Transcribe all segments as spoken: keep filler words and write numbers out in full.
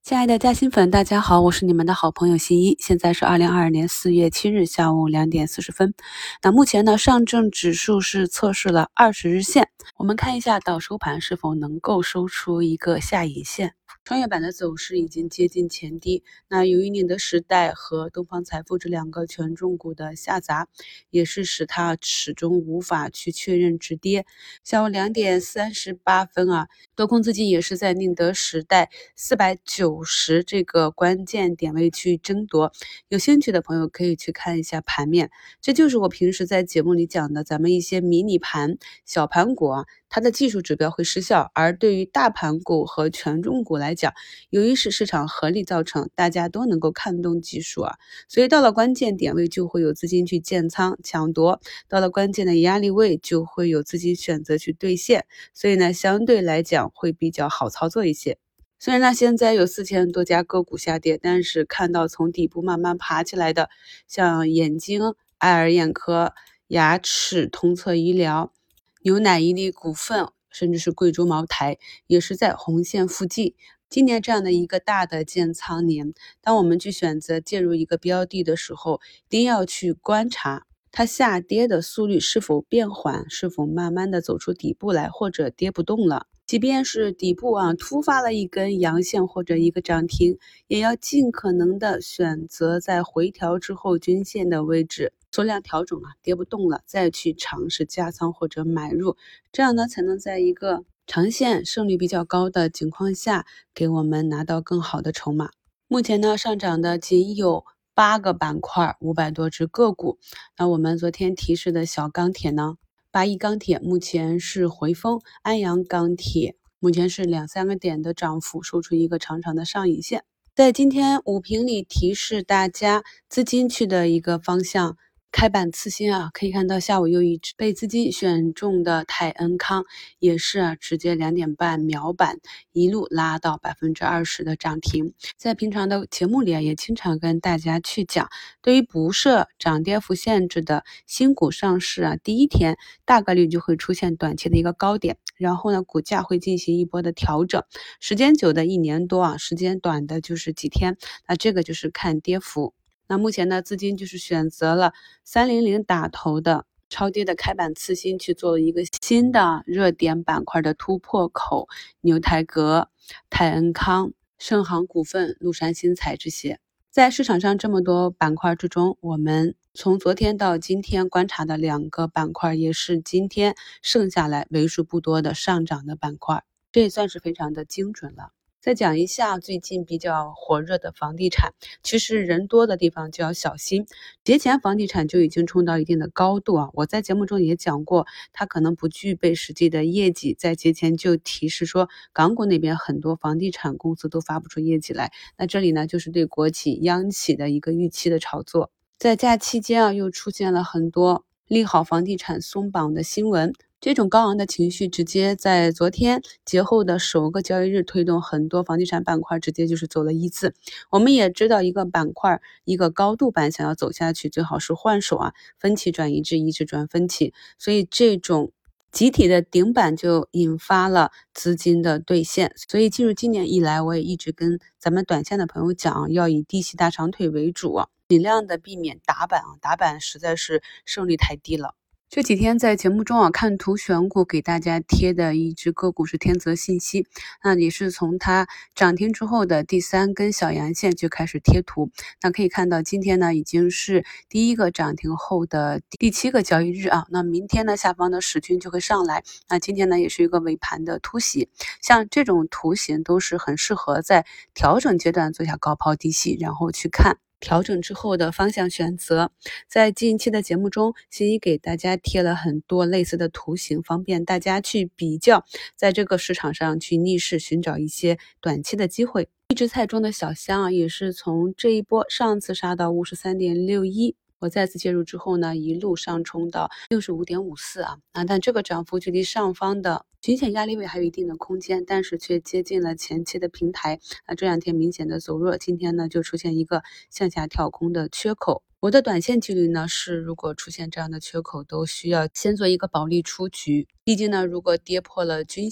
亲爱的嘉兴粉，大家好，我是你们的好朋友新一。现在是二零二二年四月七日下午两点四十分。那目前呢，上证指数是测试了二十日线，我们看一下到收盘是否能够收出一个下影线。创业板的走势已经接近前低，那由于宁德时代和东方财富这两个权重股的下砸，也是使它始终无法去确认止跌。下午两点三十八分啊，多空资金也是在宁德时代四百九十这个关键点位去争夺，有兴趣的朋友可以去看一下盘面。这就是我平时在节目里讲的，咱们一些迷你盘、小盘股啊，它的技术指标会失效，而对于大盘股和权重股来讲，由于是市场合力造成，大家都能够看懂技术啊，所以到了关键点位就会有资金去建仓抢夺，到了关键的压力位就会有资金选择去兑现，所以呢，相对来讲会比较好操作一些。虽然呢，现在有四千多家个股下跌，但是看到从底部慢慢爬起来的，像眼睛、爱尔眼科、牙齿通策医疗、牛奶伊利股份，甚至是贵州茅台，也是在红线附近。今年这样的一个大的建仓年，当我们去选择介入一个标的的时候，一定要去观察它下跌的速率是否变缓，是否慢慢的走出底部来，或者跌不动了。即便是底部啊突发了一根阳线或者一个涨停，也要尽可能的选择在回调之后均线的位置缩量调整啊，跌不动了再去尝试加仓或者买入，这样呢才能在一个长线胜率比较高的情况下，给我们拿到更好的筹码。目前呢，上涨的仅有八个板块，五百多只个股。那我们昨天提示的小钢铁呢？八一钢铁目前是回风，安阳钢铁目前是两三个点的涨幅，收出一个长长的上影线。在今天午评里提示大家资金去的一个方向，开板次新啊，可以看到下午又一只被资金选中的泰恩康，也是啊直接两点半秒板，一路拉到百分之二十的涨停。在平常的节目里啊，也经常跟大家去讲，对于不设涨跌幅限制的新股上市啊，第一天大概率就会出现短期的一个高点，然后呢，股价会进行一波的调整。时间久的一年多啊，时间短的就是几天，那这个就是看跌幅。那目前呢，资金就是选择了三零零打头的超跌的开板次新去做了一个新的热点板块的突破口，牛台阁、泰恩康、盛航股份、陆山新材这些。在市场上这么多板块之中，我们从昨天到今天观察的两个板块，也是今天剩下来为数不多的上涨的板块，这也算是非常的精准了。再讲一下最近比较火热的房地产，其实人多的地方就要小心。节前房地产就已经冲到一定的高度啊，我在节目中也讲过，它可能不具备实际的业绩，在节前就提示说港股那边很多房地产公司都发不出业绩来，那这里呢就是对国企央企的一个预期的炒作。在假期间啊，又出现了很多利好房地产松绑的新闻，这种高昂的情绪直接在昨天节后的首个交易日推动很多房地产板块直接就是走了一字。我们也知道一个板块一个高度板想要走下去，最好是换手啊，分歧转一致，一致转分歧，所以这种集体的顶板就引发了资金的兑现。所以进入今年以来，我也一直跟咱们短线的朋友讲，要以低吸大长腿为主啊，尽量的避免打板啊，打板实在是胜率太低了。这几天在节目中啊，看图选股给大家贴的一只个股是天泽信息，那也是从它涨停之后的第三根小阳线就开始贴图。那可以看到今天呢已经是第一个涨停后的第七个交易日啊，那明天呢下方的十均就会上来，那今天呢也是一个尾盘的突袭，像这种图形都是很适合在调整阶段做下高抛低吸，然后去看调整之后的方向选择。在近期的节目中，新一给大家贴了很多类似的图形，方便大家去比较，在这个市场上去逆势寻找一些短期的机会。一只菜中的小香啊，也是从这一波上次杀到 五十三点六一，我再次介入之后呢，一路上冲到 六十五点五四 啊，啊，但这个涨幅距离上方的均线压力位还有一定的空间，但是却接近了前期的平台啊，这两天明显的走弱，今天呢就出现一个向下跳空的缺口。我的短线纪律呢是，如果出现这样的缺口，都需要先做一个保利出局。毕竟呢，如果跌破了均线，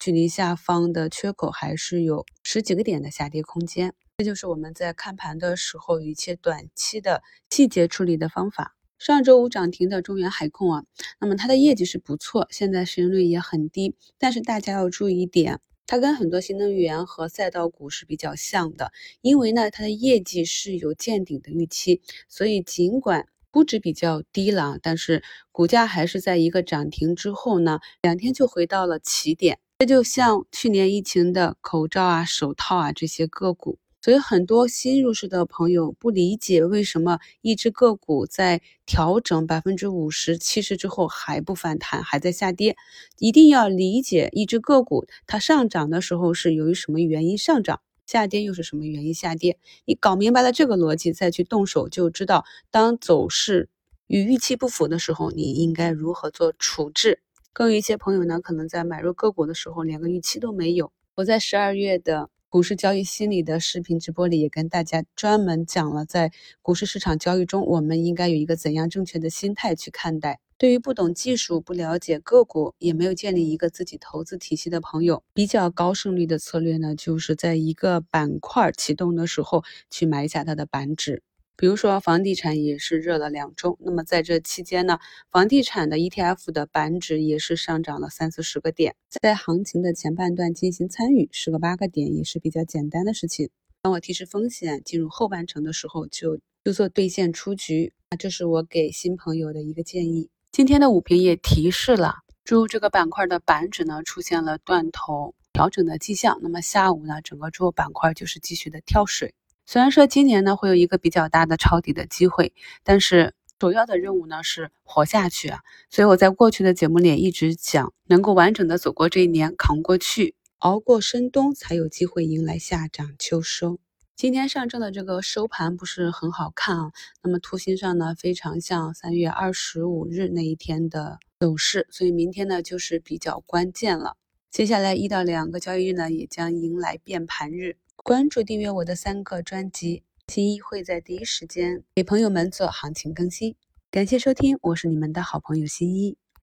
距离下方的缺口还是有十几个点的下跌空间。这就是我们在看盘的时候一些短期的细节处理的方法。上周五涨停的中原海控啊，那么它的业绩是不错，现在市盈率也很低，但是大家要注意一点，它跟很多新能源和赛道股是比较像的，因为呢它的业绩是有见顶的预期，所以尽管估值比较低了，但是股价还是在一个涨停之后呢，两天就回到了起点。这就像去年疫情的口罩啊、手套啊这些个股。所以很多新入市的朋友不理解为什么一只个股在调整百分之五十、七十之后还不反弹，还在下跌。一定要理解一只个股它上涨的时候是由于什么原因上涨，下跌又是什么原因下跌。你搞明白了这个逻辑，再去动手就知道，当走势与预期不符的时候，你应该如何做处置。更有一些朋友呢，可能在买入个股的时候连个预期都没有。我在十二月的股市交易心理的视频直播里也跟大家专门讲了，在股市市场交易中，我们应该有一个怎样正确的心态去看待。对于不懂技术、不了解个股，也没有建立一个自己投资体系的朋友，比较高胜率的策略呢，就是在一个板块启动的时候去买一下它的板指。比如说房地产也是热了两周，那么在这期间呢，房地产的 E T F 的板指也是上涨了三四十个点，在行情的前半段进行参与，十个八个点也是比较简单的事情。当我提示风险进入后半程的时候，就就做兑现出局，这是我给新朋友的一个建议。今天的午评也提示了，诸如这个板块的板指呢出现了断头调整的迹象，那么下午呢，整个诸如板块就是继续的跳水。虽然说今年呢会有一个比较大的抄底的机会，但是首要的任务呢是活下去啊。所以我在过去的节目里也一直讲，能够完整的走过这一年，扛过去，熬过深冬，才有机会迎来夏涨秋收。今天上证的这个收盘不是很好看啊，那么图形上呢非常像三月二十五日那一天的走势，所以明天呢就是比较关键了。接下来一到两个交易日呢也将迎来变盘日。关注订阅我的三个专辑，新一会在第一时间给朋友们做行情更新。感谢收听，我是你们的好朋友新一。